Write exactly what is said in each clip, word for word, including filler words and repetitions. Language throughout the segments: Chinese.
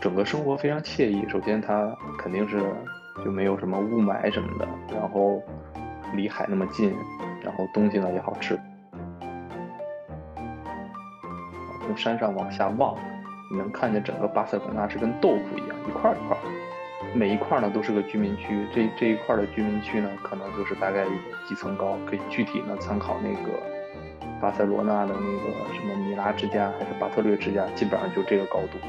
整个生活非常惬意。首先它肯定是就没有什么雾霾什么的，然后离海那么近，然后东西呢也好吃。从山上往下望，你能看见整个巴塞罗那是跟豆腐一样，一块儿一块儿，每一块儿呢都是个居民区。这这一块儿的居民区呢，可能就是大概有几层高，可以具体呢参考那个巴塞罗那的那个什么米拉之家还是巴特略之家，基本上就这个高度。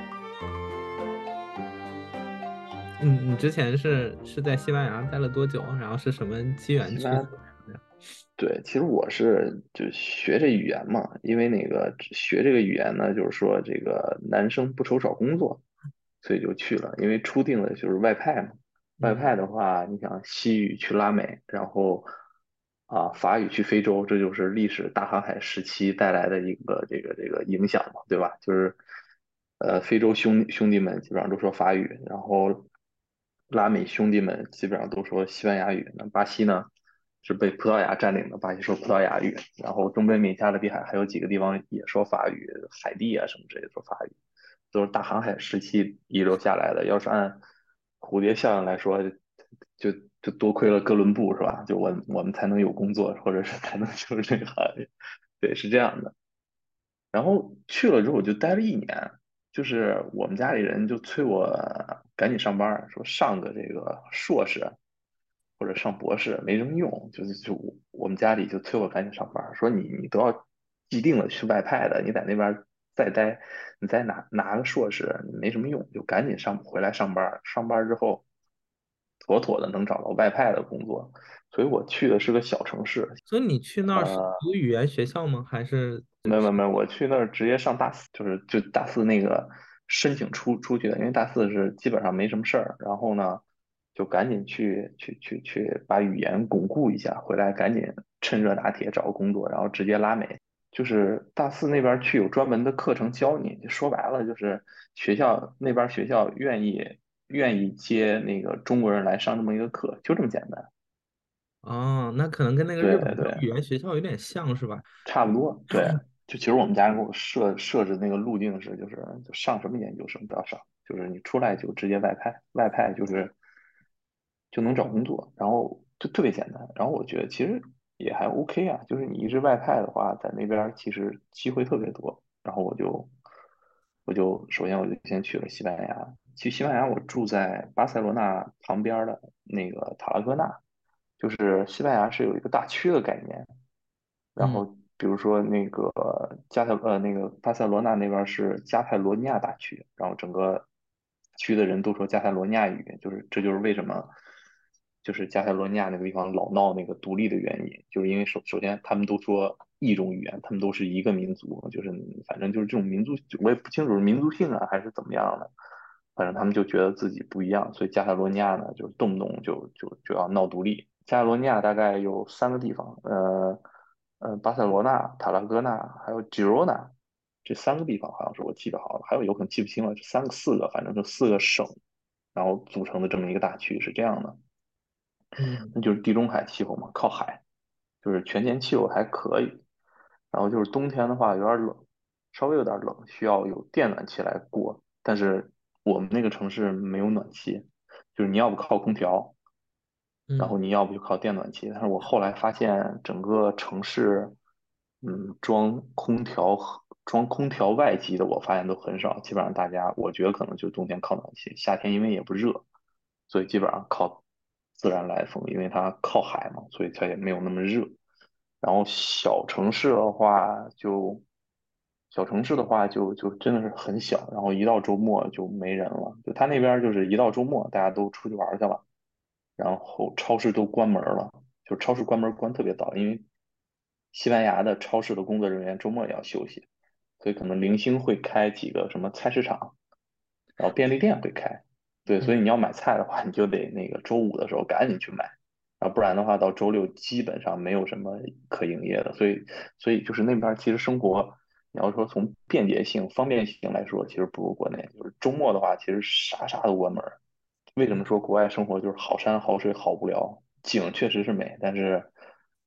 你你之前是是在西班牙待了多久？然后是什么机缘去西西班牙， 班牙的？ 对，其实我是就学这语言嘛，因为那个学这个语言呢，就是说这个男生不愁找工作，所以就去了。因为初定的就是外派嘛，外嗯派的话，你想西语去拉美，然后啊法语去非洲，这就是历史大航海时期带来的一个这个这个影响嘛，对吧？就是呃非洲兄兄弟们基本上都说法语，然后拉美兄弟们基本上都说西班牙语。那巴西呢？是被葡萄牙占领的，巴西说葡萄牙语，然后中北美加勒比海还有几个地方也说法语，海地啊什么之类的说法语，都是大航海时期遗留下来的。要是按蝴蝶效应来说，就就多亏了哥伦布是吧？就我我们才能有工作，或者是才能就是这个行业，对，是这样的。然后去了之后我就待了一年，就是我们家里人就催我赶紧上班儿，说上个这个硕士或者上博士没什么用，就是就我们家里就催我赶紧上班儿，说你你都要既定了去外派的，你在那边儿再待，你再拿拿个硕士没什么用，就赶紧上回来上班儿，上班儿之后妥妥的能找到外派的工作，所以我去的是个小城市。 所以你去那儿是呃， 读语言学校吗？还是没有没有没有，我去那儿直接上大四，就是就大四那个申请出出去的，因为大四是基本上没什么事儿，然后呢，就赶紧去去去去把语言巩固一下，回来赶紧趁热打铁找个工作，然后直接拉美。就是大四那边儿去有专门的课程教你，就说白了就是学校那边儿学校愿意愿意接那个中国人来上这么一个课，就这么简单。 哦，那可能跟那个日本的对对， 语言学校有点像是吧？ 差不多，对，就其实我们家给我设设置那个路径是，就是就上什么研究生不要上，就是你出来就直接外派，外派就是就能找工作，然后就特别简单。然后我觉得其实也还 OK 啊，就是你一直外派的话，在那边儿其实机会特别多。然后我就我就首先我就先去了西班牙，去西班牙我住在巴塞罗那旁边儿的那个塔拉戈纳，就是西班牙是有一个大区的概念。然嗯后比如说那个加泰呃那个巴塞罗那那边儿是加泰罗尼亚大区，然后整个区的人都说加泰罗尼亚语，就是这就是为什么就是加泰罗尼亚那个地方老闹那个独立的原因，就是因为首首先他们都说一种语言，他们都是一个民族，就是反正就是这种民族，我也不清楚是民族性啊还是怎么样的，反正他们就觉得自己不一样，所以加泰罗尼亚呢就动不动就就就要闹独立。加泰罗尼亚大概有三个地方，呃。呃，巴塞罗那、塔拉戈纳还有吉罗纳这三个地方，好像是我记得好了，还有有可能记不清了，这三个四个，反正就四个省，然后组成的这么一个大区是这样的。 嗯那就是地中海气候嘛，靠海，就是全年气候还可以。然后就是冬天的话有点冷，稍微有点冷，需要有电暖气来过。但是我们那个城市没有暖气，就是你要不靠空调，然嗯后你要不就靠电暖气。但是我后来发现整个城市，嗯，装空调和装空调外机的，我发现都很少。基本上大家，我觉得可能就冬天靠暖气，夏天因为也不热，所以基本上靠自然来风，因为它靠海嘛，所以它也没有那么热。然后小城市的话就，小城市的话就就真的是很小，然后一到周末就没人了。就他那边儿就是一到周末大家都出去玩儿去了。然后超市都关门了，就超市关门关特别早，因为西班牙的超市的工作人员周末也要休息，所以可能零星会开几个什么菜市场，然后便利店会开，对， 嗯所以你要买菜的话，你就得那个周五的时候赶紧去买，然后不然的话到周六基本上没有什么可营业的，所以所以就是那边儿其实生活。你要说从便捷性、方便性来说，其实不如国内。就是周末的话，其实啥啥都关门儿，为什么说国外生活就是好山好水好无聊？景确实是美，但是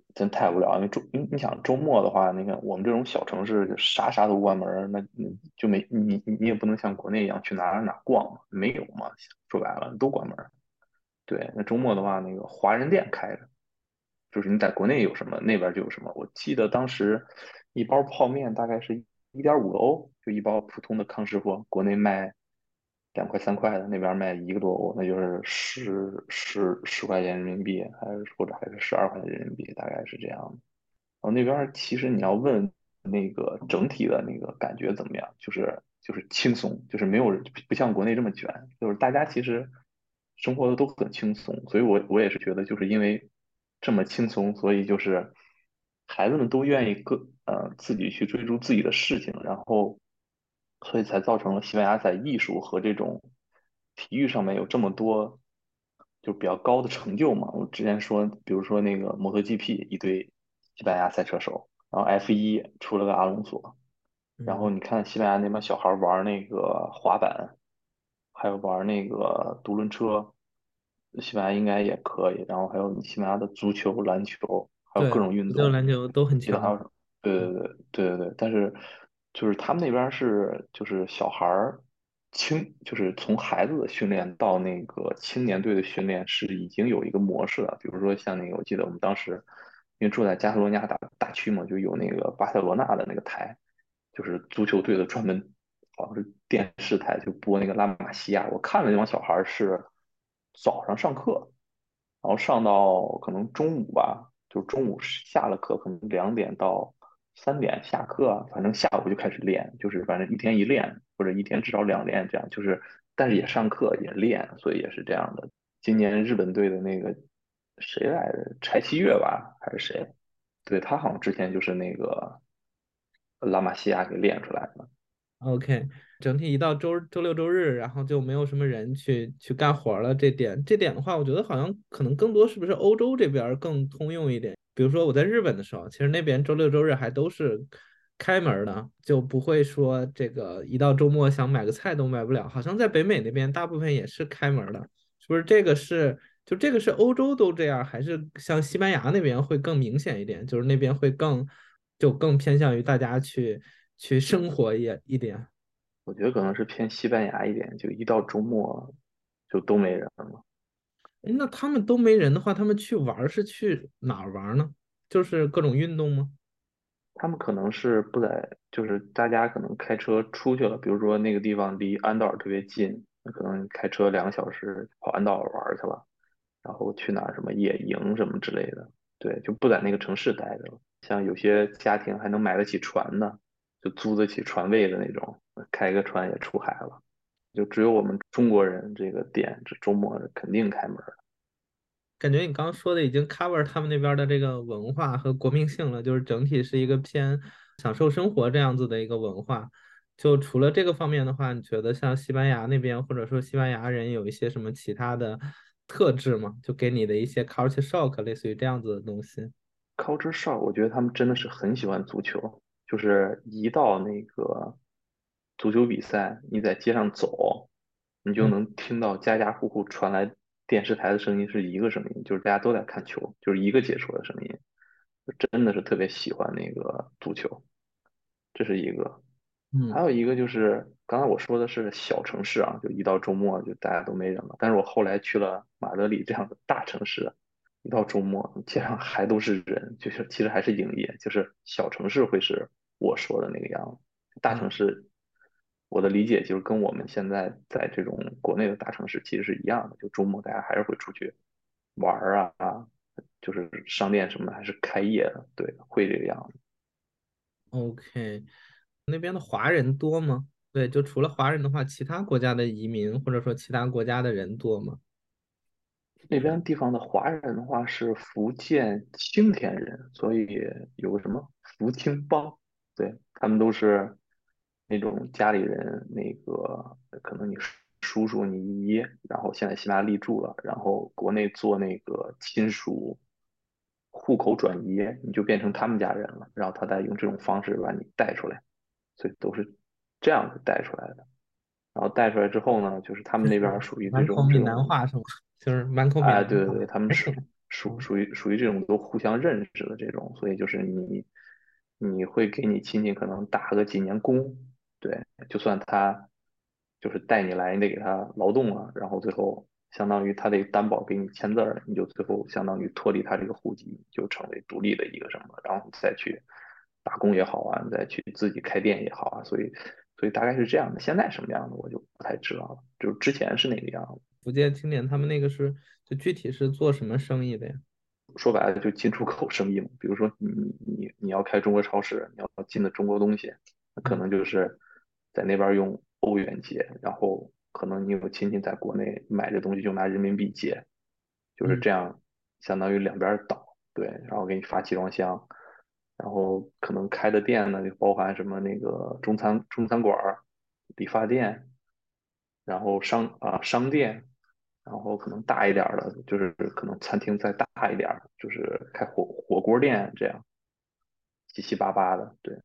真太无聊，因为周你你想周末的话，那个我们这种小城市就啥啥都关门儿，那你就没你你你也不能像国内一样去哪儿哪儿逛，没有嘛，说白了都关门儿。对，那周末的话，那个华人店开着，就是你在国内有什么，那边儿就有什么。我记得当时一包泡面大概是一点五个欧，就一包普通的康师傅，国内卖两块三块的，那边儿卖一个多欧，那就是十十十块钱人民币，还是或者还是十二块钱人民币，大概是这样的。然后那边儿其实你要问那个整体的那个感觉怎么样，就是就是轻松，就是没有人不像国内这么卷，就是大家其实生活的都很轻松，所以我我也是觉得就是因为这么轻松，所以就是孩子们都愿意各呃自己去追逐自己的事情，然后所以才造成了西班牙在艺术和这种体育上面有这么多就比较高的成就嘛。我之前说，比如说那个摩托 G P 一堆西班牙赛车手，然后 F 一出了个阿隆索，然后嗯， 你看西班牙那帮小孩玩那个滑板，还有玩那个独轮车，西班牙应该也可以。然后还有西班牙的足球、篮球，还有各对， 种运足球、 动。 篮球都很强。 记得还有什么？对对对对对对，但是就是他们那边儿是就是小孩儿青，就是从孩子的训练到那个青年队的训练是已经有一个模式了。比如说像那个，我记得我们当时因为住在加泰罗尼亚大大区嘛，就有那个巴塞罗那的那个台，就是足球队的专门好像是电视台就播那个拉玛西亚。我看了那帮小孩儿是早上上课，然后上到可能中午吧，就中午下了课，可能两点到三点下课啊，反正下午就开始练，就是反正一天一练，或者一天至少两练这样，就是但是也上课也练，所以也是这样的。今年日本队的那个谁来着，柴崎岳吧，还是谁？对，他好像之前就是那个拉玛西亚给练出来的。 OK，整体一到周周六周日，然后就没有什么人去去干活儿了。这点这点的话，我觉得好像可能更多是不是欧洲这边儿更通用一点。比如说我在日本的时候，其实那边周六周日还都是开门儿的，就不会说这个一到周末想买个菜都买不了。好像在北美那边大部分也是开门儿的，是不是？这个是就这个是欧洲都这样，还是像西班牙那边会更明显一点？就是那边会更就更偏向于大家去去生活一一点。 我觉得可能是偏西班牙一点，就一到周末就都没人了。 诶那他们都没人的话，他们去玩儿是去哪儿玩儿呢？就是各种运动吗？ 他们可能是不在，就是大家可能开车出去了，比如说那个地方离安道尔特别近，那可能开车两个小时跑安道尔玩儿去了，然后去哪儿什么野营什么之类的，对，就不在那个城市待着了。像有些家庭还能买得起船呢，就租得起船位的那种，开个船也出海了。就只有我们中国人这个店，这周末肯定开门儿。 感觉你刚刚说的已经 cover 他们那边儿的这个文化和国民性了，就是整体是一个偏享受生活这样子的一个文化。就除了这个方面的话，你觉得像西班牙那边，或者说西班牙人有一些什么其他的特质吗？就给你的一些 culture shock，类似于这样子的东西。 culture shock，我觉得他们真的是很喜欢足球，就是一到那个足球比赛，你在街上走，你就嗯能听到家家户户传来电视台的声音是一个声音，就是大家都在看球，就是一个解说的声音，真的是特别喜欢那个足球，这是一个。还嗯。 有一个就是刚才我说的是小城市啊，就一到周末就大家都没人了。但是我后来去了马德里这样的大城市，一到周末街上还都是人，就是其实还是营业，就是小城市会是我说的那个样子。大城市，我的理解就是跟我们现在在这种国内的大城市其实是一样的，就周末大家还是会出去玩儿啊，就是商店什么的还是开业的，对，会这个样子。 OK，那边的华人多吗？对，就除了华人的话，其他国家的移民或者说其他国家的人多吗？ 那边地方的华人的话是福建青田人，所以有个什么福清帮，对，他们都是那种家里人，那个可能你叔叔、你姨，然后现在西班牙立住了，然后国内做那个亲属户口转移，你就变成他们家人了，然后他再用这种方式把你带出来，所以都是这样子带出来的。然后带出来之后呢，就是他们就是那边儿属于这满口闽南种这种， 话是吗？就是满口闽哎， 南话。 对对对，他们是。 属哦， 属于属于这种都互相认识的这种，所以就是你你会给你亲戚可能打个几年工，对，就算他就是带你来，你得给他劳动了，然后最后相当于他得担保给你签字儿，你就最后相当于脱离他这个户籍，就成为独立的一个什么，然后再去打工也好啊，你再去自己开店也好啊，所以所以大概是这样的。现在什么样的我就不太知道了，就之前是那个样子。 福建青年他们那个是就具体是做什么生意的呀？ 说白了就进出口生意嘛。比如说你你你要开中国超市，你要进的中国东西，那可嗯能就是在那边用欧元结，然后可能你有亲戚在国内买这东西就拿人民币结，就是嗯这样，相当于两边倒，对，然后给你发集装箱，然后可能开的店呢就包含什么那个中餐中餐馆儿、理发店，然后商啊商店。然后可能大一点儿的，就是可能餐厅再大一点儿，就是开火火锅店这样，七七八八的，对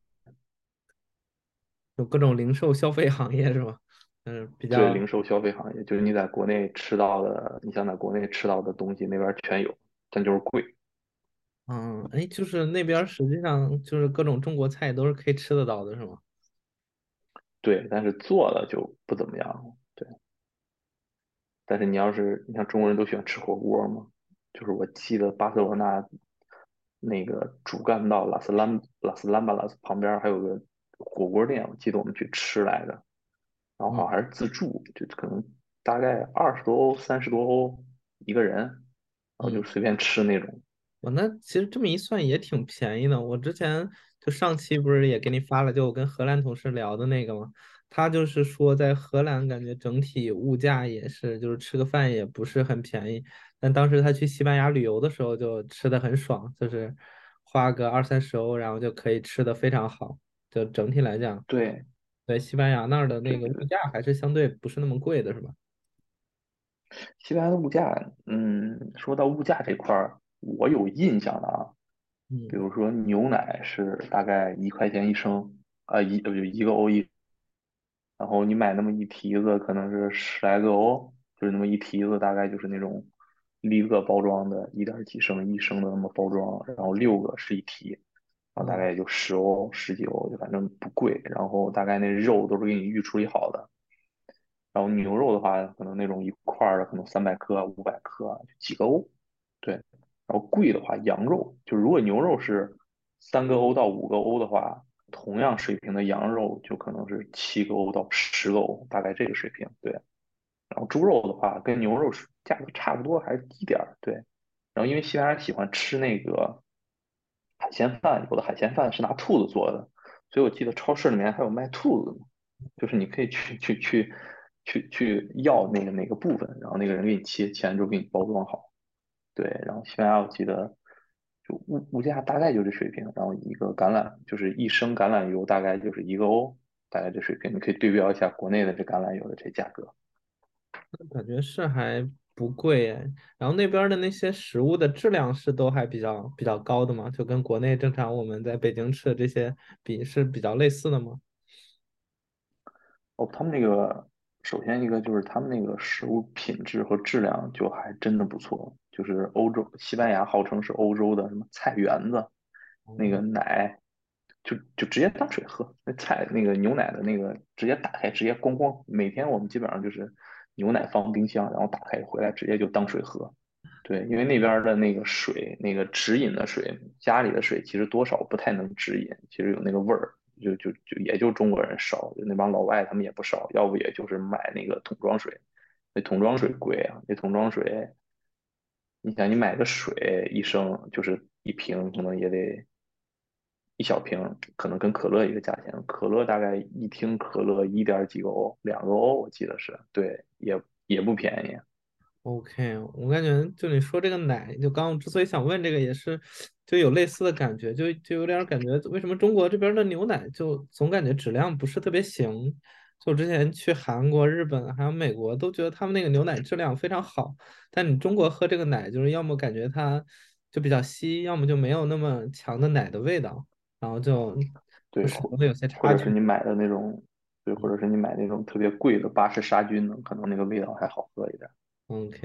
有各种零售消费行业是吗？嗯，比对， 较零售消费行业，就是你在国内吃到的，你想在国内吃到的东西，那边儿全有，但就是贵， 嗯，哎，就是那边儿实际上就是各种中国菜都是可以吃得到的，是吗？ 对，但是做的就不怎么样，对。但是你要是你像中国人都喜欢吃火锅嘛，就是我记得巴塞罗那那个主干道拉斯兰拉斯兰巴拉斯旁边儿还有个火锅店，我记得我们去吃来着。然后好嗯像还是自助，就可能大概二十多欧、三十多欧一个人，然后就嗯。 随便吃那种。 我那其实这么一算也挺便宜的。我之前就上期不是也给你发了，就我跟荷兰同事聊的那个吗？他就是说在荷兰感觉整体物价也是，就是吃个饭也不是很便宜。但当时他去西班牙旅游的时候就吃的很爽，就是花个二三十欧，然后就可以吃的非常好。就整体来讲， 对在西班牙那儿的那个物对对， 价还是相对不是那么贵的，是吧？ 西班牙的物价，嗯，说到物价这块儿，我有印象的啊，比嗯如说牛奶是大概一块钱一升，啊、一呃就一个欧一，然后你买那么一提子可能是十来个欧，就是那么一提子，大概就是那种立个包装的，一点几升一升的那么包装，然后六个是一提，然后大嗯概也就十欧十几欧，就反正不贵。然后大概那肉都是给你预处理好的。然后牛肉的话，可能那种一块儿的，可能三百克啊、五百克啊，就几个欧。对，然后贵的话，羊肉就如果牛肉是三个欧到五个欧的话，同样水平的羊肉就可能是七个欧到十个欧，大概这个水平。对，然后猪肉的话，跟牛肉是价格差不多，还是低点儿。对，然后因为西班牙人喜欢吃那个海鲜饭，有的海鲜饭是拿兔子做的，所以我记得超市里面还有卖兔子的，就是你可以去去去去去要那个哪个部分，然后那个人给你切，切完之后给你包装好。对，然后西班牙我记得就物物价大概就这水平，然后一个橄榄就是一升橄榄油大概就是一个欧，大概这水平，你可以对标一下国内的这橄榄油的这价格。 感觉是还不贵哎，然后那边儿的那些食物的质量是都还比较比较高的嘛，就跟国内正常我们在北京吃的这些比是比较类似的吗？ 哦，他们那个首先一个就是他们那个食物品质和质量就还真的不错，就是欧洲西班牙号称是欧洲的什么菜园子，那个哦， 奶就就直接当水喝，那菜那个牛奶的那个直接打开直接咣咣，每天我们基本上就是牛奶放冰箱，然后打开回来直接就当水喝。对，因为那边儿的那个水，那个直饮的水，家里的水其实多少不太能直饮，其实有那个味儿，就就就也就中国人烧，就那帮老外他们也不烧，要不也就是买那个桶装水，那桶装水贵啊，那桶装水，你想你买个水一升就是一瓶，可能也得一小瓶，可能跟可乐一个价钱，可乐大概一听可乐一点几个欧，两个欧我记得是，对，也也不便宜。 OK，我感觉就你说这个奶，就刚刚之所以想问这个，也是就有类似的感觉，就就有点儿感觉，为什么中国这边儿的牛奶就总感觉质量不是特别行？就我之前去韩国、日本还有美国，都觉得他们那个牛奶质量非常好，但你中国喝这个奶，就是要么感觉它就比较稀，要么就没有那么强的奶的味道，然后就就对，或使得有些或者是差距。 你买的那种，对，或者是你买那种特别贵的巴氏杀菌的，可能那个味道还好喝一点。 OK。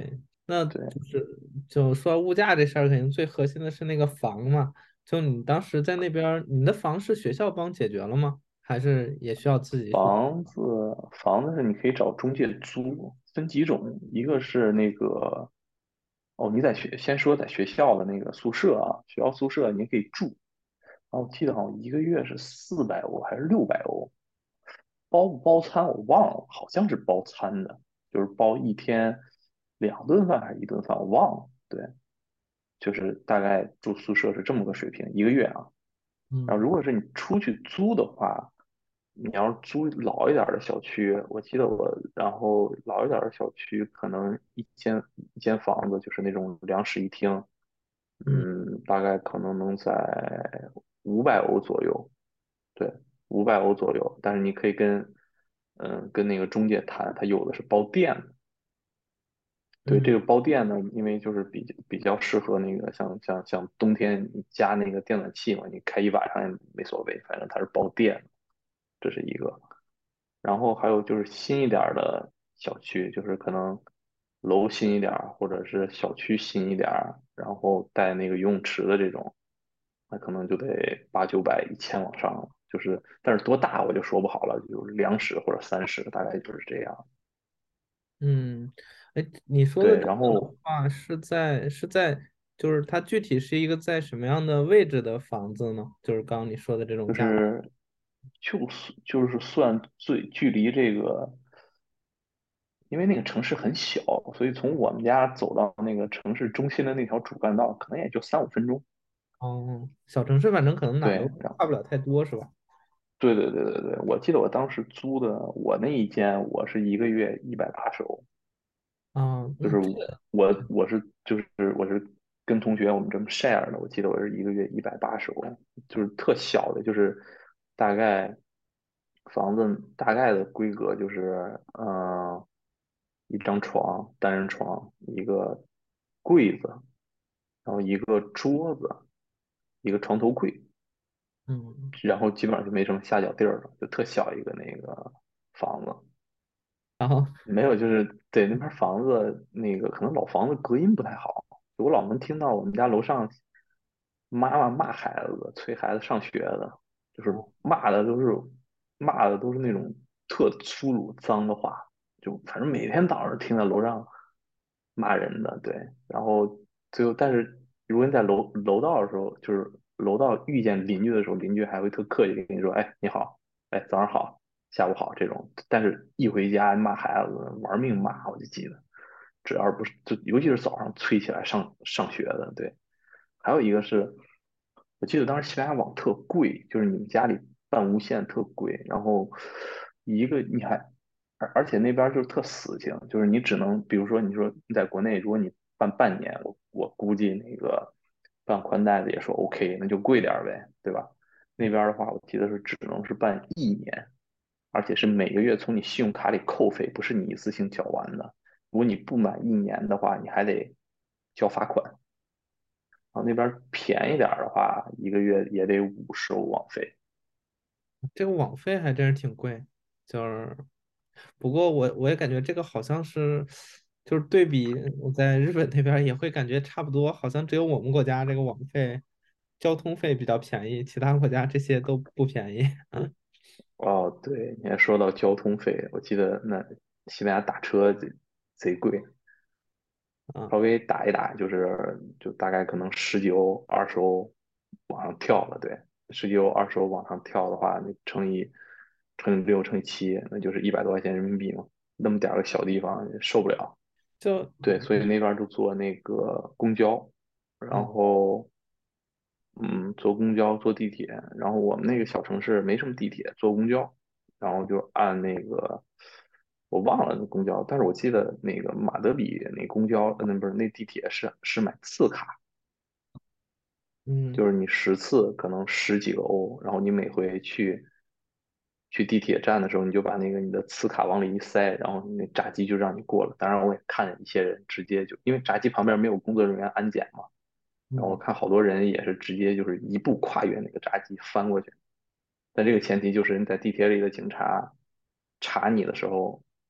那对， 就是就说物价这事儿，肯定最核心的是那个房嘛。就你当时在那边儿，你的房是学校帮解决了吗？还是也需要自己去？ 房子房子是你可以找中介租，分几种，一个是那个哦，你在学先说在学校的那个宿舍啊，学校宿舍你可以住，然后我记得好像一个月是四百欧还是六百欧，包不包餐我忘了，好像是包餐的，就是包一天两顿饭还是一顿饭，我忘了。对，就是大概住宿舍是这么个水平，一个月啊。然后嗯如果是你出去租的话，你要是租老一点儿的小区，我记得我，然后老一点儿的小区可能一间一间房子就是那种两室一厅， 嗯嗯，大概可能能在五百欧左右，对，五百欧左右。但是你可以跟，嗯，跟那个中介谈，他有的是包店的。对，这嗯个包店呢，因为就是比较比较适合那个像像像冬天你加那个电暖气嘛，你开一晚上也没所谓，反正它是包电的，这是一个。然后还有就是新一点儿的小区，就是可能楼新一点儿，或者是小区新一点儿，然后带那个游泳池的这种，那可能就得八九百、一千往上了。就是，但是多大我就说不好了，就是两室或者三室，大概就是这样。 嗯，哎，你说的对， 这然后个的话是在是在就是它具体是一个在什么样的位置的房子呢？就是刚刚你说的这种价格。 就是就是就是算最距离这个，因为那个城市很小，所以从我们家走到那个城市中心的那条主干道，可能也就三五分钟。 哦，小城市反正可能哪儿都对，然后差不了太多，是吧？ 对对对对对，我记得我当时租的我那一间，我是一个月一百八十欧， 啊， 就是那这个我我是就是我是跟同学我们这么 share 的，我记得我是一个月一百八十欧，就是特小的，就是大概房子大概的规格就是嗯、呃一张床单人床，一个柜子，然后一个桌子，一个床头柜， 嗯， 然后基本上就没什么下脚地儿了，就特小一个那个房子。 然后没有，就是对那边房子那个可能老房子隔音不太好，我老能听到我们家楼上妈妈骂孩子，催孩子上学的，就是骂的都是骂的都是那种特粗鲁脏的话，就反正每天早上听到楼上骂人的，对，然后最后但是如果你在楼楼道的时候，就是楼道遇见邻居的时候，邻居还会特客气地跟你说，哎，你好，哎，早上好。下午好这种，但是一回家骂孩子玩命骂，我就记得，只要不是就尤其是早上催起来上上学的，对。还有一个是，我记得当时西班牙网特贵，就是你们家里办无线特贵，然后一个你还而而且那边就是特死性，就是你只能比如说你说你在国内，如果你办半年，我我估计那个办宽带的也说 OK，那就贵点儿呗，对吧？那边的话，我记得是只能是办一年，而且是每个月从你信用卡里扣费，不是你一次性缴完的。如果你不满一年的话，你还得交罚款。然后那边便宜点儿的话，一个月也得五十欧网费。 这个网费还真是挺贵，就是不过我我也感觉这个好像是就是对比我在日本那边儿也会感觉差不多，好像只有我们国家这个网费、交通费比较便宜，其他国家这些都不便宜。 哦，对，你还说到交通费，我记得那西班牙打车贼贼贵， 啊， 稍微打一打就是就大概可能十几欧、二十欧往上跳了。对，十几欧、二十欧往上跳的话，你乘以乘以六、乘以七，那就是一百多块钱人民币嘛。那么点儿个小地方受不了。 就对，所以那边儿就坐那个公交，然嗯后嗯，坐公交、坐地铁，然后我们那个小城市没什么地铁，坐公交，然后就按那个我忘了那公交，但是我记得那个马德里那公交，呃，那不是那地铁是是买次卡， 嗯就是你十次可能十几个欧，然后你每回去去地铁站的时候，你就把那个你的磁卡往里一塞，然后那闸机就让你过了。当然，我也看见一些人直接就因为闸机旁边没有工作人员安检嘛，然后我嗯， 看好多人也是直接就是一步跨越那个闸机翻过去。但这个前提就是你在地铁里的警察查你的时候，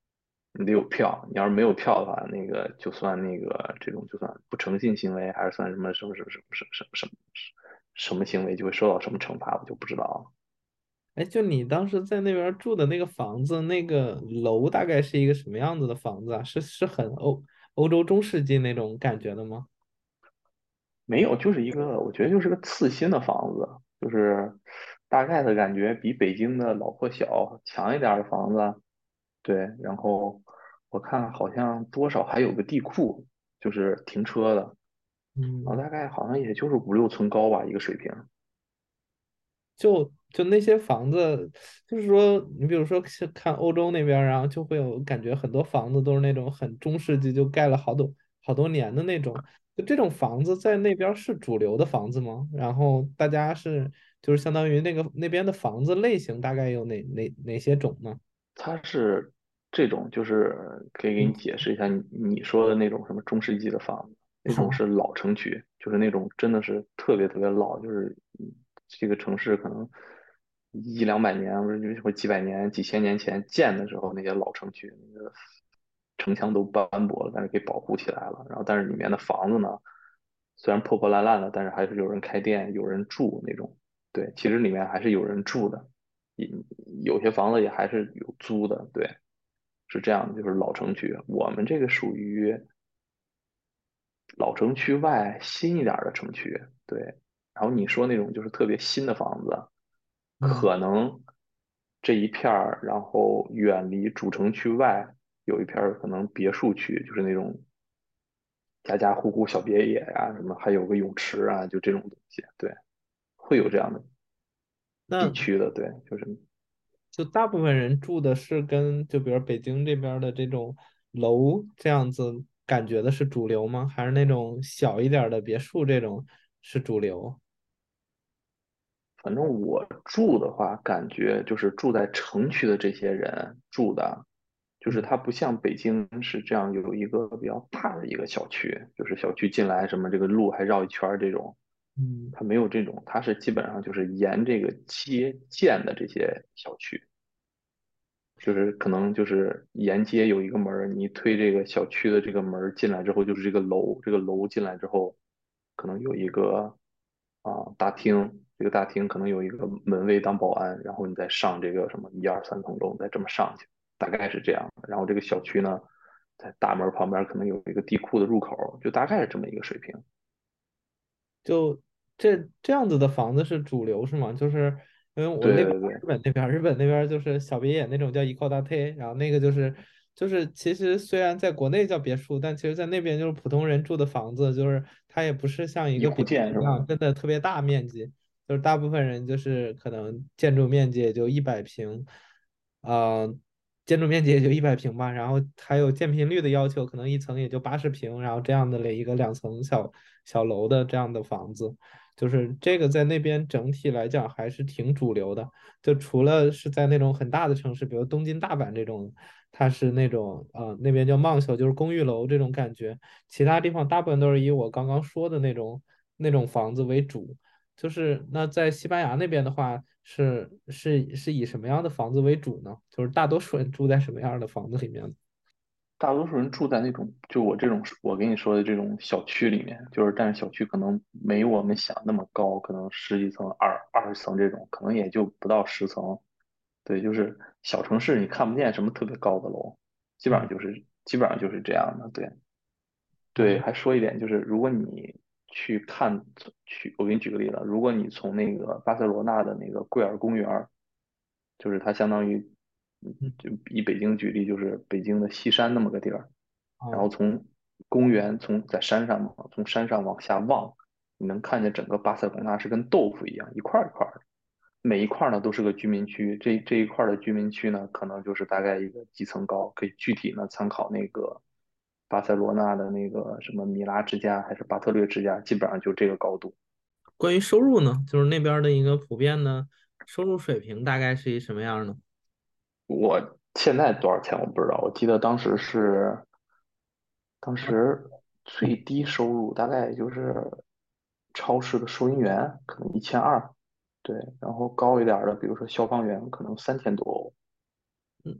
你得有票，你要是没有票的话，那个就算那个这种就算不诚信行为，还是算什么什么什么什么什么什么什么什么行为，就会受到什么惩罚，我就不知道了。 哎，就你当时在那边儿住的那个房子，那个楼大概是一个什么样子的房子啊？是是很欧欧洲中世纪那种感觉的吗？ 没有，就是一个我觉得就是个次新的房子，就是大概的感觉比北京的老破小强一点儿的房子。对，然后我看好像多少还有个地库，就是停车的，然后嗯。 大概好像也就是五六层高吧，一个水平。 就就那些房子，就是说，你比如说是看欧洲那边儿，然后就会有感觉很多房子都是那种很中世纪，就盖了好多好多年的那种。就这种房子在那边儿是主流的房子吗？然后大家是就是相当于那个那边的房子类型大概有哪哪哪些种呢？ 它是这种，就是可以给你嗯。 解释一下你你说的那种什么中世纪的房子，那种好。 是老城区，就是那种真的是特别特别老，就是嗯这个城市可能一两百年或者或几百年、几千年前建的时候那些老城区，那个城墙都斑驳了，但是给保护起来了。然后，但是里面的房子呢，虽然破破烂烂的，但是还是有人开店、有人住那种。对，其实里面还是有人住的。也有些房子也还是有租的，对，是这样的，就是老城区。我们这个属于老城区外新一点儿的城区，对。然后你说那种就是特别新的房子， 嗯。 可能这一片儿，然后远离主城区外有一片儿可能别墅区，就是那种家家户户小别野呀、什么还有个泳池啊，就这种东西，对，会有这样的地那区的，对，就是就大部分人住的是跟就比如北京这边儿的这种楼这样子感觉的是主流吗？还是那种小一点儿的别墅这种是主流？ 反正我住的话，感觉就是住在城区的这些人住的，就是嗯。 它不像北京是这样有一个比较大的一个小区，就是小区进来什么这个路还绕一圈儿这种， 嗯。 它没有这种，它是基本上就是沿这个街建的这些小区，就是可能就是沿街有一个门儿，你一推这个小区的这个门儿进来之后，就是这个楼，这个楼进来之后，可能有一个啊大厅，这个大厅可能有一个门卫当保安，然后你再上这个什么一二三层楼，再这么上去，大概是这样的。然后这个小区呢，在大门旁边可能有一个地库的入口，就大概是这么一个水平。 就这这样子的房子是主流是吗？就是因为我那边儿对对对， 日本那边儿日本那边儿就是小别野那种叫一 k o d a 然后那个就是就是其实虽然在国内叫别墅，但其实在那边就是普通人住的房子，就是它也不是像一一户个别建是吧？ 墅一样真的特别大面积，就是大部分人就是可能建筑面积也就一百平，呃，建筑面积也就一百平吧，然后还有建频率的要求，可能一层也就八十平，然后这样的了一个两层小小楼的这样的房子，就是这个在那边整体来讲还是挺主流的。就除了是在那种很大的城市，比如东京、大阪这种，它是那种呃那边叫 m a 就是公寓楼这种感觉，其他地方大部分都是以我刚刚说的那种那种房子为主。就是那在西班牙那边的话，是是是以什么样的房子为主呢？就是大多数人住在什么样的房子里面呢？ 大多数人住在那种，就我这种，我跟你说的这种小区里面，就是但是小区可能没我们想那么高，可能十几层、二二十层这种，可能也就不到十层。对，就是小城市你看不见什么特别高的楼，基本上嗯。 就是基本上就是这样的。对对， 哦。 还说一点就是，如果你去看去，我给你举个例子，如果你从那个巴塞罗那的那个贵尔公园儿，就是它相当于，嗯嗯。 就以北京举例，就是北京的西山那么个地儿。然后哦。 从公园从在山上嘛，从山上往下望，你能看见整个巴塞隆纳是跟豆腐一样一块儿一块儿的，每一块儿呢都是个居民区，这这一块儿的居民区呢可能就是大概一个几层高，可以具体呢参考那个巴塞罗那的那个什么米拉之家还是巴特略之家，基本上就这个高度。 关于收入呢，就是那边儿的一个普遍的收入水平大概是一什么样儿呢？ 我现在多少钱我不知道，我记得当时是当时最低收入大概就是超市的收银员，可能一千二，对，然后高一点儿的，比如说消防员，可能三千多欧。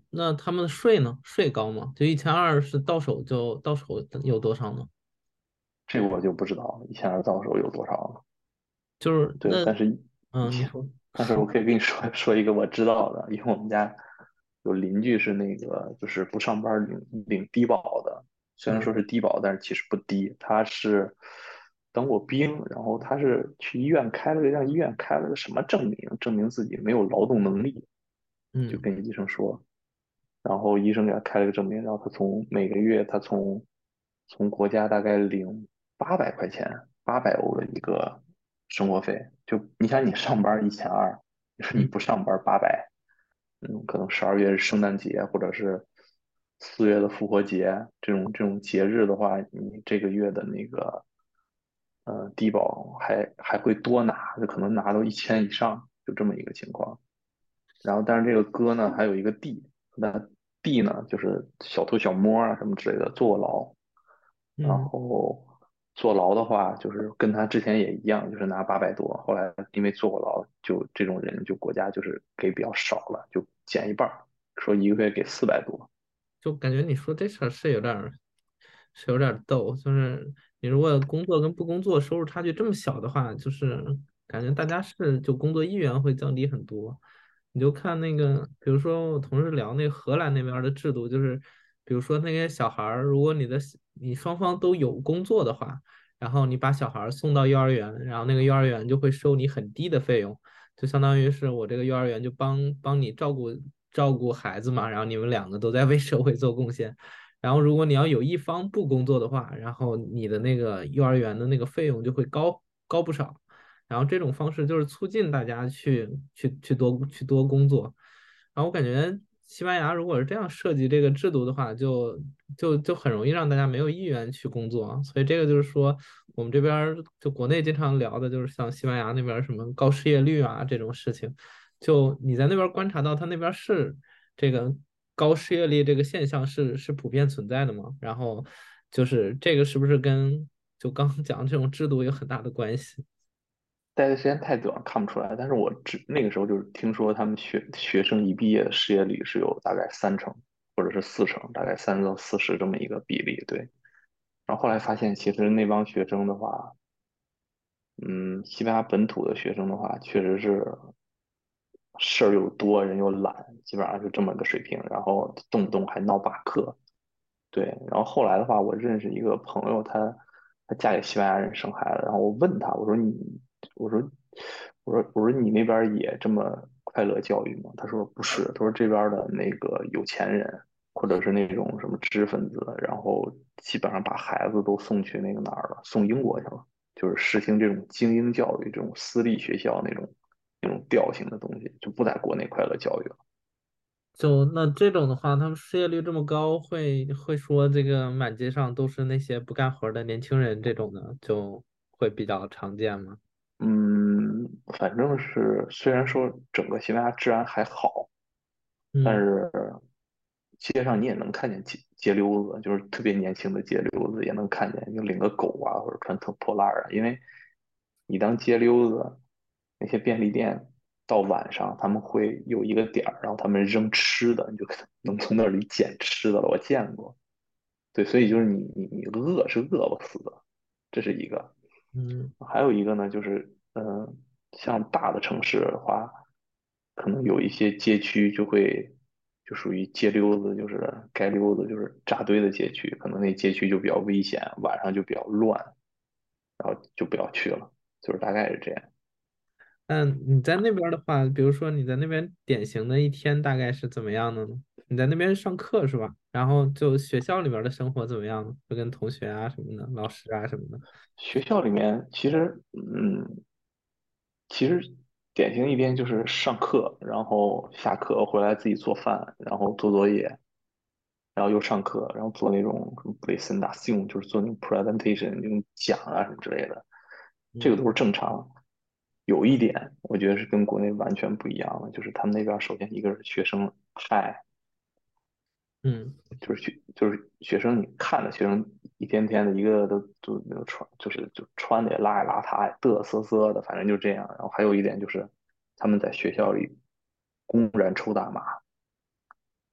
那他们的税呢？税高吗？就一千二是到手就到手有多少呢？ 这个我就不知道一千二到手有多少了。对， 就是那但是以嗯，你前， 说但是我可以跟你说说一个我知道的，因为我们家有邻居是那个就是不上班领领低保的，虽然说嗯是低保，但是其实不低。他是当过兵，然后他是去医院开了个让医院开了个什么证明，证明自己没有劳动能力，就嗯跟医生说，然后医生给他开了个证明，然后他从每个月他从从国家大概领八百块钱，八百欧的一个生活费。就你想你上班一千二，你说你嗯， 不上班八百，嗯，可能十二月是圣诞节或者是四月的复活节这种这种节日的话，你这个月的那个呃低保还还会多拿，就可能拿到一千以上，就这么一个情况。然后但是这个哥呢还有一个弟，那弟呢就是小偷小摸啊什么之类的坐过牢，然嗯， 后坐牢的话就是跟他之前也一样，就是拿八百多，后来因为坐过牢，就这种人就国家就是给比较少了，就减一半儿，说一个月给四百多。 就感觉你说这事儿是有点儿是有点儿逗，就是你如果工作跟不工作收入差距这么小的话，就是感觉大家是就工作意愿会降低很多。你就看那个，比如说我同事聊那个荷兰那边儿的制度，就是比如说那些小孩儿，如果你的你双方都有工作的话，然后你把小孩儿送到幼儿园，然后那个幼儿园就会收你很低的费用，就相当于是我这个幼儿园就帮帮你照顾照顾孩子嘛，然后你们两个都在为社会做贡献。然后如果你要有一方不工作的话，然后你的那个幼儿园的那个费用就会高高不少。然后这种方式就是促进大家去去去多去多工作。然后我感觉西班牙如果是这样设计这个制度的话，就就就很容易让大家没有意愿去工作。所以这个就是说，我们这边儿就国内经常聊的就是像西班牙那边儿什么高失业率啊这种事情。就你在那边儿观察到他那边儿是这个高失业率这个现象是是普遍存在的吗？然后就是这个是不是跟就刚刚讲的这种制度有很大的关系？ 待的时间太短，看不出来。但是我只那个时候就是听说他们学学生一毕业的失业率是有大概三成或者是四成，大概三到四十这么一个比例。对，然后后来发现，其实那帮学生的话，嗯，西班牙本土的学生的话，确实是事儿又多，人又懒，基本上是这么个水平。然后动不动还闹罢课。对，然后后来的话，我认识一个朋友，她她嫁给西班牙人生孩子，然后我问她，我说你，我说我说我说你那边儿也这么快乐教育吗？她说不是，她说这边儿的那个有钱人或者是那种什么知识分子，然后基本上把孩子都送去那个哪儿了，送英国去了，就是实行这种精英教育，这种私立学校那种那种调性的东西，就不在国内快乐教育了。 就那这种的话，他们失业率这么高，会会说这个满街上都是那些不干活儿的年轻人，这种的就会比较常见吗？ 嗯，反正是虽然说整个西班牙治安还好，但嗯是街上你也能看见街街溜子，就是特别年轻的街溜子也能看见，就领个狗啊，或者穿特破烂儿啊。因为你当街溜子，那些便利店到晚上他们会有一个点儿，然后他们扔吃的，你就能从那里捡吃的了。我见过。对，所以就是你你你饿是饿不死的，这是一个。 嗯。 还有一个呢，就是嗯、呃像大的城市的话，可能有一些街区就会就属于街溜子，就是街溜子，就是扎堆的街区，可能那街区就比较危险，晚上就比较乱，然后就不要去了，就是大概是这样。 那你在那边儿的话，比如说你在那边典型的一天大概是怎么样的呢？你在那边上课是吧？然后就学校里边儿的生活怎么样呢？就跟同学啊什么的，老师啊什么的。 学校里面其实嗯，其实典型一天就是上课，然后下课回来自己做饭，然后做作业，然后又上课，然后做那种什么 presentación，就是做那种 presentation 那种讲啊什么之类的，这个嗯都是正常。有一点，我觉得是跟国内完全不一样的，就是他们那边首先一个是学生嗨， 嗯。 就是学就是学生，你看着学生一天天的一个个都都那个穿，就是就穿的也邋里邋遢，也嘚瑟瑟的，反正就这样。然后还有一点就是他们在学校里公然抽大麻。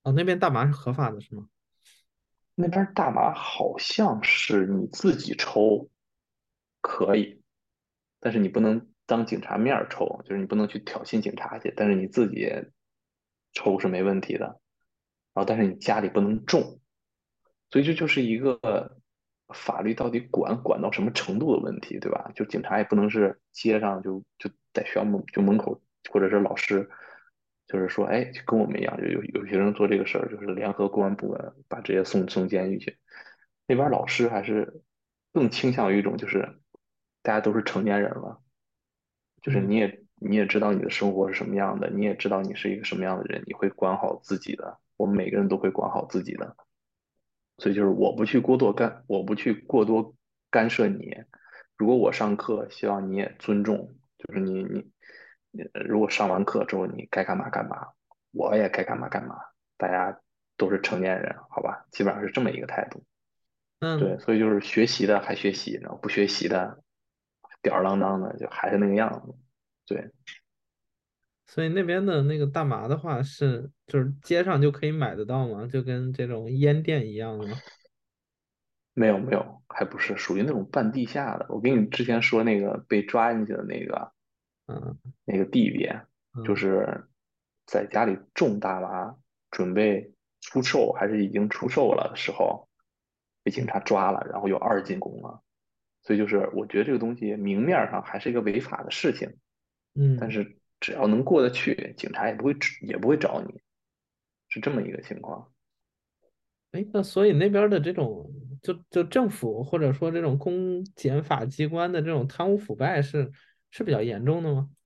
哦，那边大麻是合法的，是吗？ 那边大麻好像是你自己抽可以，但是你不能当警察面儿抽，就是你不能去挑衅警察去，但是你自己抽是没问题的。然后，但是你家里不能种，所以这就是一个法律到底管管到什么程度的问题，对吧？就警察也不能是街上就就在学校门就门口，或者是老师，就是说，哎，就跟我们一样，就有有学生做这个事儿，就是联合公安部门把这些送送监狱去。那边老师还是更倾向于一种，就是大家都是成年人了，就是嗯你也你也知道你的生活是什么样的，你也知道你是一个什么样的人，你会管好自己的。我们每个人都会管好自己的。所以就是我不去过多干，我不去过多干涉你。如果我上课，希望你也尊重，就是你你你，如果上完课之后你该干嘛干嘛，我也该干嘛干嘛，大家都是成年人，好吧？基本上是这么一个态度。对， 嗯， 所以就是学习的还学习，然后不学习的吊儿郎当的，就还是那个样子。对， 所以那边的那个大麻的话是就是街上就可以买得到吗？就跟这种烟店一样的吗？ 没有没有，还不是属于那种半地下的。我跟你之前说那个被抓进去的那个， 嗯那个弟弟，就嗯是在家里种大麻，准备出售还是已经出售了的时候，被警嗯察抓了，然后又二进宫了。所以就是我觉得这个东西明面儿上还是一个违法的事情，但嗯。 是只要能过得去，警察也不会也不会找你，是这么一个情况。 哎，那所以那边儿的这种就就政府或者说这种公检法机关的这种贪污腐败是是比较严重的吗？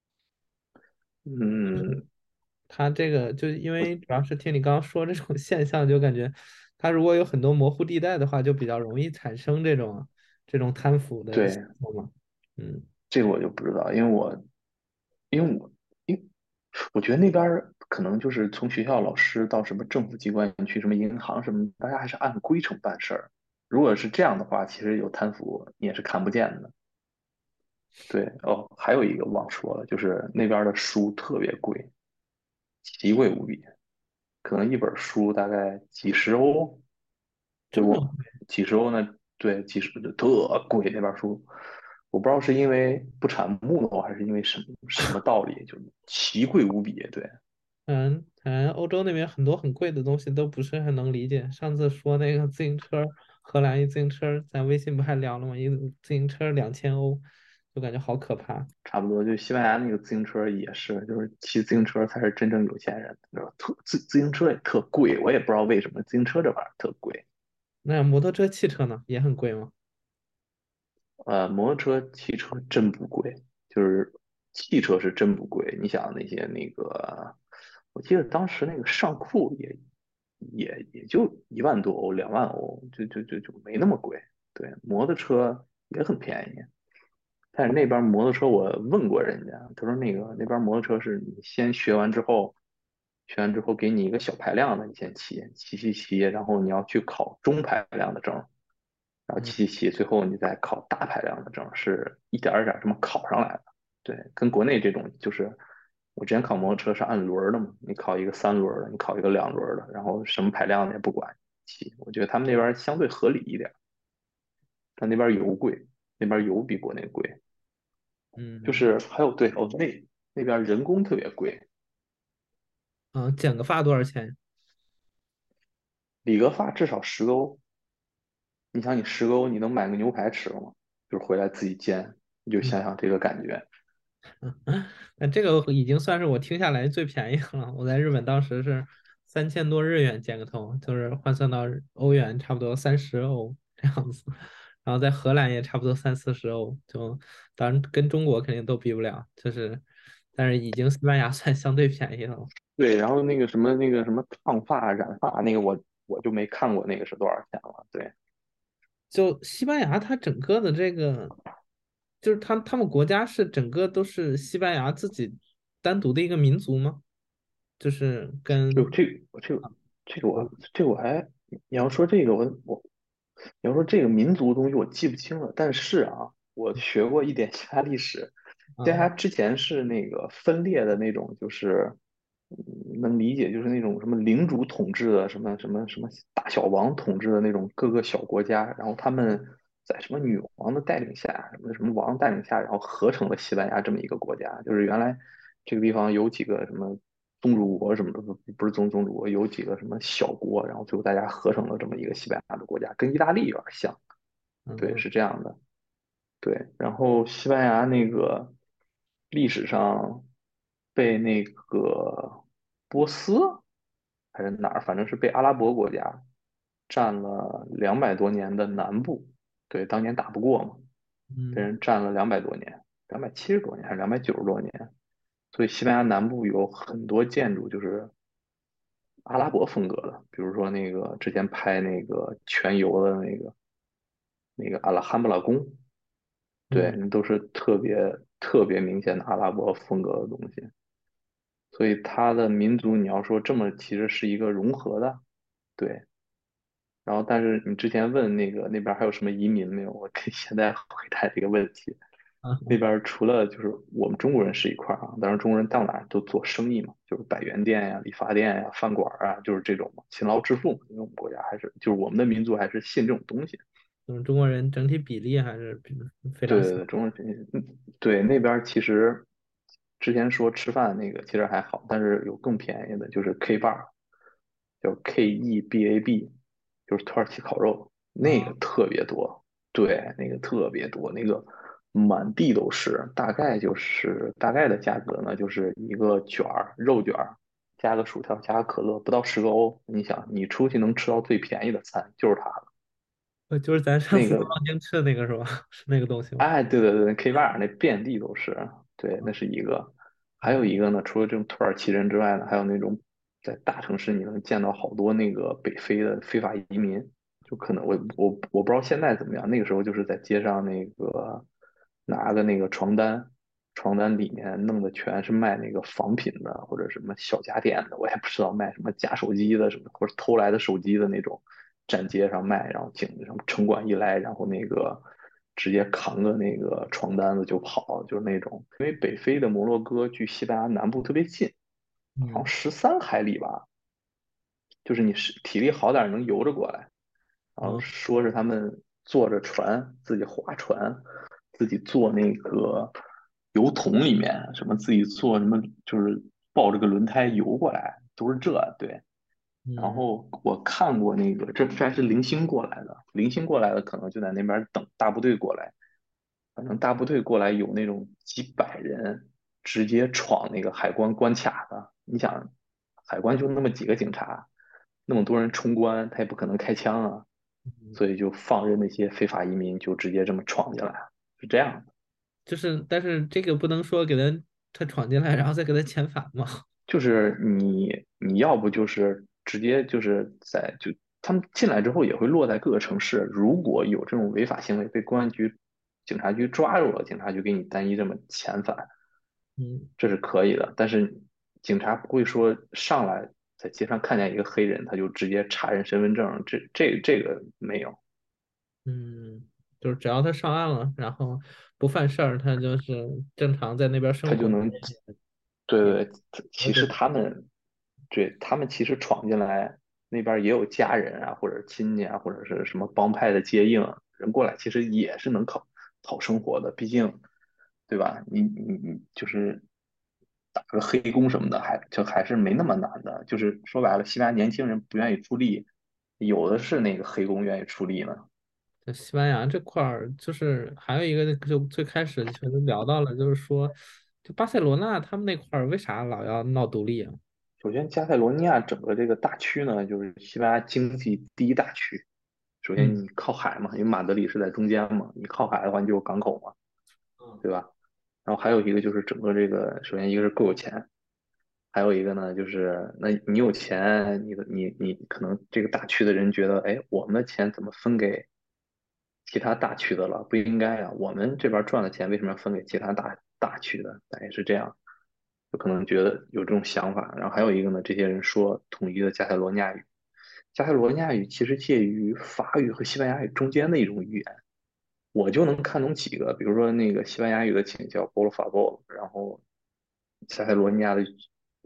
嗯， 他这个就因为主要是听你刚刚说这种现象，就感觉他如果有很多模糊地带的话，就比较容易产生这种这种贪腐的现对， 象嘛。嗯这个我就不知道，因为我因为我因为我觉得那边儿可能就是从学校老师到什么政府机关去什么银行什么，大家还是按规程办事儿。如果是这样的话，其实有贪腐你也是看不见的。对，哦，还有一个忘说了，就是那边儿的书特别贵，奇贵无比，可能一本书大概几十欧，就这么我几十欧呢，对，几十特贵那边儿书，我不知道是因为不产木头，还是因为什么什么道理，就奇贵无比。对， 嗯，嗯，欧洲那边很多很贵的东西都不是很能理解。上次说那个自行车，荷兰一自行车，咱微信不还聊了吗？一个自行车两千欧，就感觉好可怕。 差不多，就西班牙那个自行车也是，就是骑自行车才是真正有钱人，知道吧？特自自行车也特贵，我也不知道为什么自行车这玩意儿特贵。 那摩托车、汽车呢，也很贵吗？ 呃，摩托车、汽车真不贵，就是汽车是真不贵。你想那些那个，我记得当时那个上库也也也就一万多欧、两万欧，就就就就没那么贵。对，摩托车也很便宜，但是那边摩托车我问过人家，他说那个那边摩托车是你先学完之后，学完之后给你一个小排量的，你先骑骑骑骑，然后你要去考中排量的证，然后嗯骑骑骑，最后你再考大排量的证，是一点儿一点儿这么考上来的。对，跟国内这种就是我之前考摩托车是按轮儿的嘛，你考一个三轮儿的，你考一个两轮儿的，然后什么排量的也不管骑，我觉得他们那边相对合理一点，但那边油贵，那边油比国内贵。就嗯是还有对哦，那那边人工特别贵， 嗯，剪个发多少钱？ 理个发至少十个欧。你想，你十个欧你能买个牛排吃了吗？就是回来自己煎，你就嗯， 想想这个感觉， 那这个已经算是我听下来最便宜的了。我在日本当时是三千多日元剪个头，就是换算到欧元差不多三十欧这样子。然后在荷兰也差不多三四十欧，就当然跟中国肯定都比不了，就是但是已经西班牙算相对便宜了。 对。然后那个什么那个什么烫发染发那个我我就没看过那个是多少钱了。对， 就西班牙，它整个的这个，就是他他们国家是整个都是西班牙自己单独的一个民族吗？就是跟就这个这个这个我这个我还你要说这个我我你要说这个民族的东西我记不清了，但是啊，我学过一点希腊历史，西班啊， 牙之前是那个分裂的那种，就是。 能理解，就是那种什么领主统治的，什么什么什么大小王统治的那种各个小国家，然后他们在什么女王的带领下，什么什么王带领下，然后合成了西班牙这么一个国家。就是原来这个地方有几个什么宗主国什么的，不不是宗宗主国，有几个什么小国，然后最后大家合成了这么一个西班牙的国家，跟意大利有点像。对， 嗯是这样的。对，然后西班牙那个历史上被那个波斯还是哪儿，反正是被阿拉伯国家占了两百多年的南部。对，当年打不过嘛，被嗯人占了两百多年，两百七十多年还是两百九十多年。所以西班牙南部有很多建筑就是阿拉伯风格的，比如说那个之前拍那个全游的那个那个阿拉汉布拉宫，对， 嗯那都是特别特别明显的阿拉伯风格的东西。所以它的民族，你要说这么其实是一个融合的，对。然后，但是你之前问那个那边还有什么移民没有？我可以现在回答这个问题。 啊， 那边除了就是我们中国人是一块儿啊，当然中国人到哪儿都做生意嘛，就是百元店呀、理发店呀、饭馆儿啊，就是这种嘛，勤劳致富嘛。因为我们国家还是就是我们的民族还是信这种东西。 就是中国人整体比例还是比非常小。 对对对，中国人嗯对那边其实之前说吃饭那个其实还好，但是有更便宜的，就是 K bar，叫 K E B A B，就是土耳其烤肉，那个啊， 特别多。对，那个特别多，那个满地都是，大概就是大概的价格呢，就是一个卷儿肉卷儿，加个薯条，加个可乐，不到十个欧。你想，你出去能吃到最便宜的餐就是它了。 呃就是咱上次望那个京吃的那个是吧？是那个东西吗？ 哎，对对对，K 八那遍地都是，对，那是一个。还有嗯一个呢，除了这种土耳其人之外呢，还有那种在大城市你能见到好多那个北非的非法移民，就可能我我我不知道现在怎么样，那个时候就是在街上那个拿个那个床单，床单里面弄的全是卖那个仿品的或者什么小家电的，我也不知道卖什么假手机的什么或者偷来的手机的那种，站街上卖，然后警什么城管一来，然后那个直接扛个那个床单子就跑，就是那种。因为北非的摩洛哥距西班牙南部特别近，好像嗯十三海里吧，就是你是体力好点儿能游着过来。然后啊说是他们坐着船，自己划船，自己坐那个油桶里面，什么自己坐什么，就是抱着个轮胎游过来，都是这，对。然嗯后我看过那个，这这还是零星过来的，零星过来的可能就在那边等大部队过来，反正大部队过来有那种几百人直接闯那个海关关卡的。你想，海关就那么几个警察，那么多人冲关，他也不可能开枪啊， 嗯， 所以就放任那些非法移民就直接这么闯进来，是这样的。 就是但是这个不能说给他他闯进来，然后再给他遣返嘛。 就是你你要不就是直接就是在就他们进来之后也会落在各个城市，如果有这种违法行为被公安局、警察局抓住了，警察就给你单一这么遣返， 嗯这是可以的。但是警察不会说上来在街上看见一个黑人，他就直接查人身份证，这这这个没有。 嗯，就是只要他上岸了，然后不犯事儿，他就是正常在那边生活， 他就能，对也对对，其实不会被。 他们，对，他们其实闯进来那边儿也有家人啊，或者亲戚啊，或者是什么帮派的接应，人过来其实也是能讨讨生活的，毕竟，对吧？你你你就是打个黑工什么的，还就还是没那么难的。就是说白了，西班牙年轻人不愿意出力，有的是那个黑工愿意出力呢。 在西班牙这块儿，就是还有一个，就最开始其实聊到了，就是说，就巴塞罗那他们那块儿为啥老要闹独立啊？ 首先，加泰罗尼亚整个这个大区呢，就是西班牙经济第一大区。首先， 嗯你靠海嘛，因为马德里是在中间嘛，你靠海的话，你就有港口嘛， 嗯对吧？然后还有一个就是整个这个，首先一个是够有钱，还有一个呢就是那你有钱，你的你你可能这个大区的人觉得，哎，我们的钱怎么分给其他大区的了？不应该啊，我们这边赚的钱为什么要分给其他大大区的？大概是这样，有可能觉得有这种想法。然后还有一个呢，这些人说统一的加泰罗尼亚语，加泰罗尼亚语其实介于法语和西班牙语中间的一种语言。我就能看懂几个，比如说那个西班牙语的请叫 b o l o f a b o 然后加泰罗尼亚的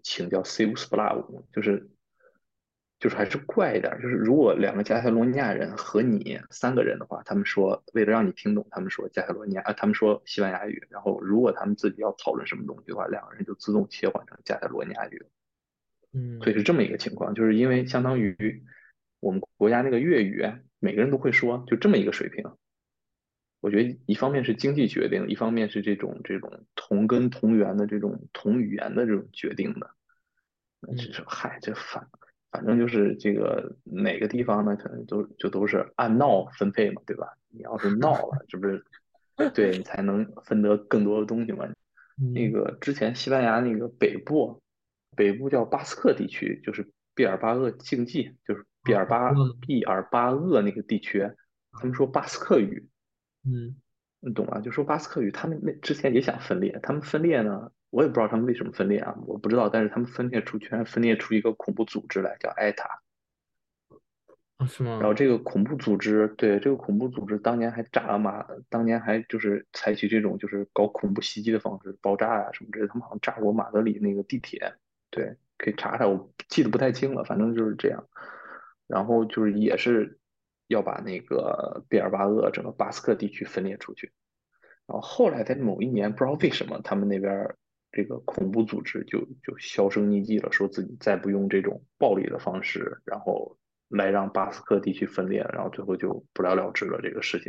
情叫 C 乌斯普拉舞，就是就是还是怪一点儿，就是如果两个加泰罗尼亚人和你三个人的话，他们说为了让你听懂，他们说加泰罗尼亚，啊，他们说西班牙语，然后如果他们自己要讨论什么东西的话，两个人就自动切换成加泰罗尼亚语，所以是嗯这么一个情况，就是因为相当于我们国家那个粤语，每个人都会说，就这么一个水平。我觉得一方面是经济决定，一方面是这种这种同根同源的这种同语言的这种决定的。那嗯只是嗨，这反反正就是这个哪个地方呢，可能都就都是按闹分配嘛，对吧？你要是闹了，这不是对你才能分得更多的东西嘛？那嗯， 个之前西班牙那个北部，北部叫巴斯克地区，就是毕尔巴鄂竞技，就是毕啊， 尔巴我知道了毕尔巴鄂那个地区，他们啊， 说巴斯克语， 嗯你懂吗？就说巴斯克语，他们那之前也想分裂，他们分裂呢，我也不知道他们为什么分裂啊，我不知道，但是他们分裂出全分裂出一个恐怖组织来，叫埃塔。 啊，是吗？ 然后这个恐怖组织，对，这个恐怖组织当年还炸了马，当年还就是采取这种就是搞恐怖袭击的方式，爆炸呀、什么之类的，他们好像炸过马德里那个地铁，对，可以查查，我记得不太清了，反正就是这样。然后就是也是要把那个毕尔巴鄂整个巴斯克地区分裂出去。然后后来在某一年，不知道为什么他们那边儿这个恐怖组织就就销声匿迹了，说自己再不用这种暴力的方式，然后来让巴斯克地区分裂，然后最后就不了了之了这个事情。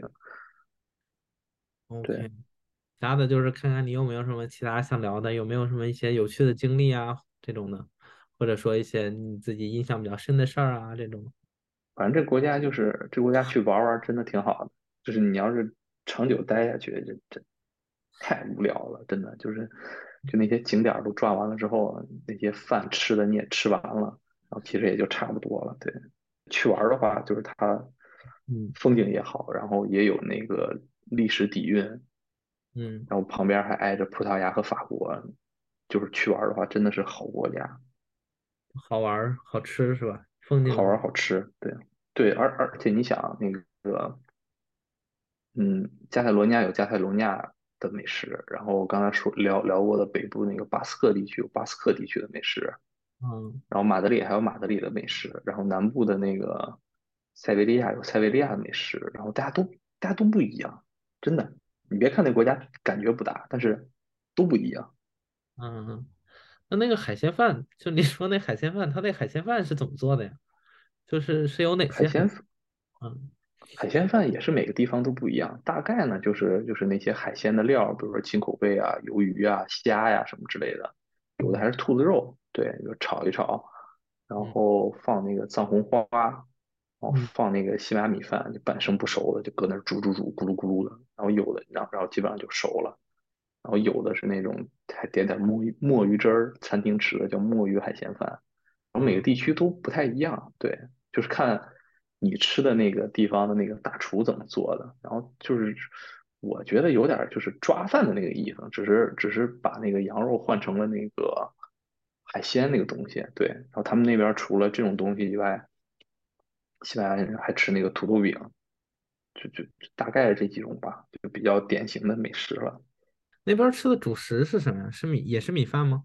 对， ，OK。其他的就是看看你有没有什么其他想聊的，有没有什么一些有趣的经历啊这种的，或者说一些你自己印象比较深的事儿啊这种。 反正这个国家就是这个国家去玩玩真的挺好的，就是你要是长久待下去，这这太无聊了，真的就是就那些景点儿都转完了之后，那些饭吃的你也吃完了，然后其实也就差不多了。对，去玩儿的话，就是它嗯风景也好，然后也有那个历史底蕴， 嗯， 然后旁边还挨着葡萄牙和法国，就是去玩儿的话，真的是好国家， 好玩儿好吃是吧？风景， 好玩儿好吃。对对，而而且你想那个。嗯，加泰罗尼亚有加泰罗尼亚的美食，然后我刚才说聊聊过的北部那个巴斯克地区有巴斯克地区的美食， 嗯然后马德里还有马德里的美食，然后南部的那个塞维利亚有塞维利亚的美食，然后大家都大家都不一样，真的，你别看那国家感觉不大，但是都不一样。 嗯，嗯那那个海鲜饭，就你说那海鲜饭，它那海鲜饭是怎么做的呀？就是是有哪些海？ 海鲜嗯海鲜饭也是每个地方都不一样，大概呢就是就是那些海鲜的料，比如说金口贝啊、鱿鱼啊、虾呀、什么之类的，有的嗯还是兔子肉，对，就炒一炒，然嗯后放那个藏红花，然后嗯放那个西班牙米饭，就半生不熟的，就搁那儿煮煮煮，咕噜咕噜的，然后有的，然后然后基本上就熟了，然后有的是那种还点点墨鱼墨鱼汁儿，餐厅吃的叫墨鱼海鲜饭，然后每个嗯， 地区都不太一样，对，就是看你吃的那个地方的那个大厨怎么做的，然后就是我觉得有点儿就是抓饭的那个意思，只是只是把那个羊肉换成了那个海鲜那个东西，对，然后他们那边儿除了这种东西以外，西班牙人还吃那个土豆饼，就就就大概这几种吧，就比较典型的美食了。 那边儿吃的主食是什么呀？是米也是米饭吗？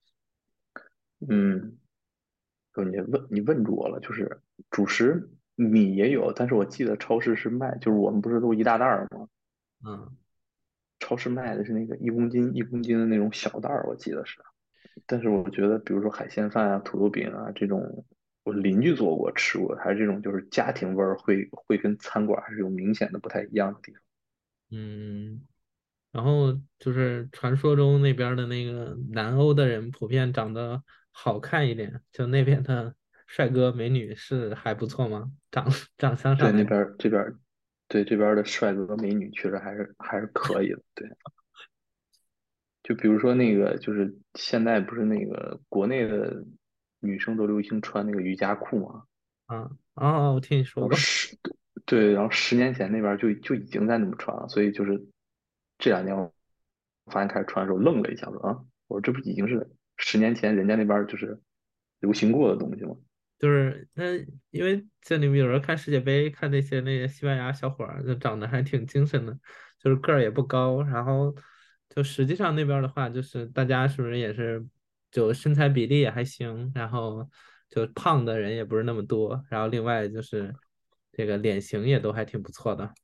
嗯，就你问你问住我了，就是主食米也有，但是我记得超市是卖，就是我们不是都一大袋儿吗？ 嗯， 超市卖的是那个一公斤一公斤的那种小袋儿，我记得是。但是我觉得，比如说海鲜饭啊、土豆饼啊这种，我邻居做过吃过，还是这种就是家庭味儿会会跟餐馆还是有明显的不太一样的地方。 嗯，然后就是传说中那边儿的那个南欧的人普遍长得好看一点，就那边的帅哥美女是还不错吗？长长相对， 上来， 那边儿这边儿对这边儿的帅哥美女确实还是还是可以的。对，就比如说那个，就是现在不是那个国内的女生都流行穿那个瑜伽裤嘛， 啊哦，我听你说然后过， 十对，然后十年前那边儿就就已经在那么穿了，所以就是这两年我发现开始穿的时候愣了一下，我说啊，我说这不已经是十年前人家那边儿就是流行过的东西吗？ 就是那因为这里面有人看世界杯，看那些那些西班牙小伙儿，就长得还挺精神的，就是个儿也不高，然后就实际上那边儿的话，就是大家是不是也是就身材比例也还行，然后就胖的人也不是那么多，然后另外就是这个脸型也都还挺不错的。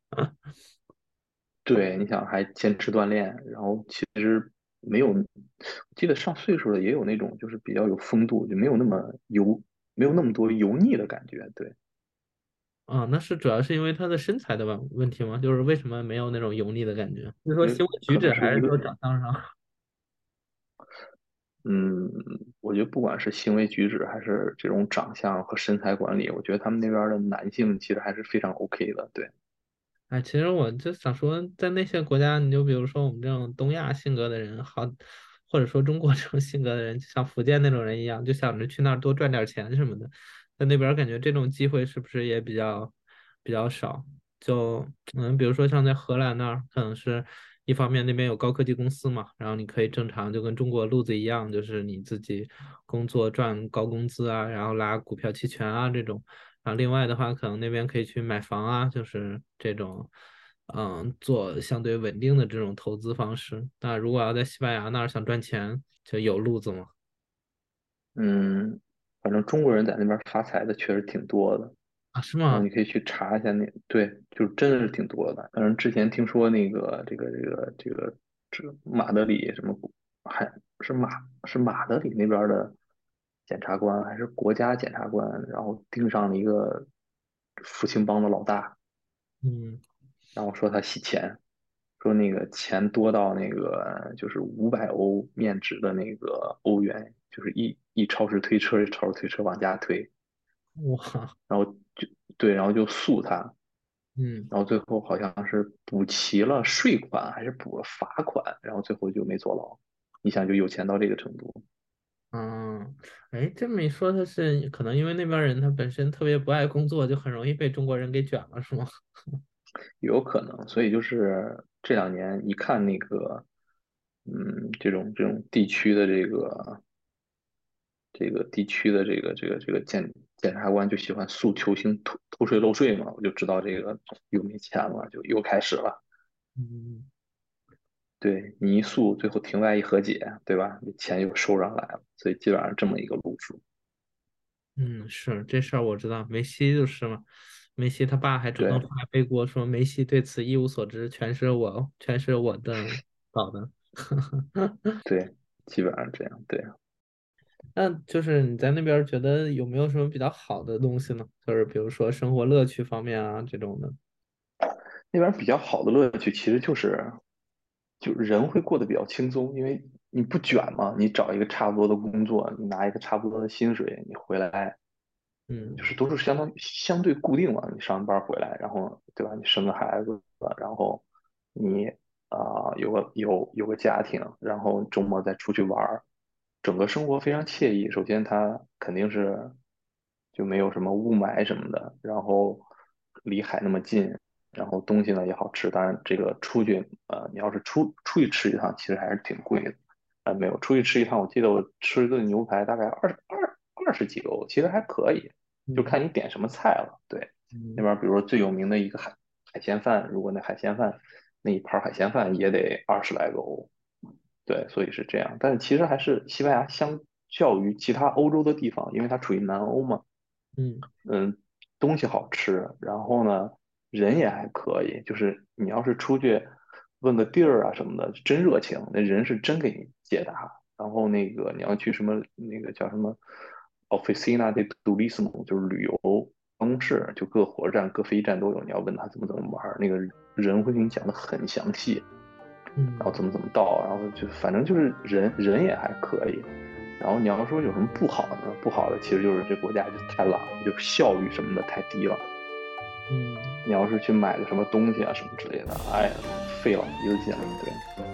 对，你想还坚持锻炼，然后其实没有，我记得上岁数的也有那种就是比较有风度，就没有那么油，没有那么多油腻的感觉。对， 啊，那是主要是因为他的身材的问问题吗？就是为什么没有那种油腻的感觉？是说我觉得行为举可止， 能是一个， 还是说长相上？ 嗯，我觉得不管是行为举止还是这种长相和身材管理，我觉得他们那边儿的男性其实还是非常 OK 的。对， 哎，其实我就想说，在那些国家，你就比如说我们这种东亚性格的人，好，或者说中国这种性格的人，就像福建那种人一样，就想着去那儿多赚点钱什么的，在那边儿感觉这种机会是不是也比较比较少？就嗯，比如说像在荷兰那儿，可能是一方面那边有高科技公司嘛，然后你可以正常就跟中国路子一样，就是你自己工作赚高工资啊，然后拉股票期权啊这种。然后另外的话，可能那边可以去买房啊，就是这种，嗯，做相对稳定的这种投资方式。那如果要在西班牙那儿想赚钱，就有路子嘛。 嗯，反正中国人在那边儿发财的确实挺多的。 啊，是然后吗？ 你可以去查一下那，对，就真的是挺多的。但是之前听说那个这个这个这个这个马德里什么还是马是马德里那边的检察官还是国家检察官，然后盯上了一个福清帮的老大， 嗯， 然后说他洗钱，说那个钱多到那个就是五百欧面值的那个欧元，就是一一超市推车一超市推车往家推， 哇， 然后就对，然后就诉他。 嗯然后最后好像是补齐了税款还是补了罚款，然后最后就没坐牢。你想就有钱到这个程度， 嗯，哎，这么一说，他是可能因为那边人他本身特别不爱工作，就很容易被中国人给卷了，是吗？ 有可能。所以就是这两年一看那个，嗯，这种这种地区的这个这个地区的这个这个这个检检察官就喜欢诉球星偷偷税漏税嘛，我就知道这个又没钱了，就又开始了。 嗯对你一诉，最后庭外一和解，对吧？你钱又收上来了，所以基本上这么一个路数。 嗯，是这事儿我知道，梅西就是嘛，梅西他爸还主动出对来背锅，说梅西对此一无所知，全是我，全是我的搞的。 对，基本上这样。对。 那就是你在那边儿觉得有没有什么比较好的东西呢？就是比如说生活乐趣方面啊这种的。 那边比较好的乐趣其实就是，就人会过得比较轻松，因为你不卷嘛，你找一个差不多的工作，你拿一个差不多的薪水，你回来就嗯是都是相当相对固定嘛。你上班回来，然后对吧？你生个孩子，然后你啊、有个有有个家庭，然后周末再出去玩儿，整个生活非常惬意。首先，它肯定是就没有什么雾霾什么的，然后离海那么近，然后东西呢也好吃。当然，这个出去呃，你要是出出去吃一趟，其实还是挺贵的。呃，没有出去吃一趟，我记得我吃一顿牛排大概二二二十几个欧，其实还可以。就嗯看你点什么菜了。对，那嗯边儿比如说最有名的一个海海鲜饭，如果那海鲜饭那一盘儿海鲜饭也得二十来个欧。对，所以是这样。但是其实还是西班牙相较于其他欧洲的地方，因为它处于南欧嘛， 嗯嗯，东西好吃，然后呢，人也还可以。就是你要是出去问个地儿啊什么的，真热情，那人是真给你解答。然后那个你要去什么那个叫什么 Oficina de Turismo，就是旅游办公室，就各火车站、各飞机站都有。你要问他怎么怎么玩儿，那个人会给你讲的很详细，然后嗯怎么怎么到，然后就反正就是人人也还可以。然后你要说有什么不好的呢？不好的其实就是这国家就太懒了，就是效率什么的太低了。 嗯， 你要是去买个什么东西啊什么之类的，哎呀，费老鼻子劲了。对，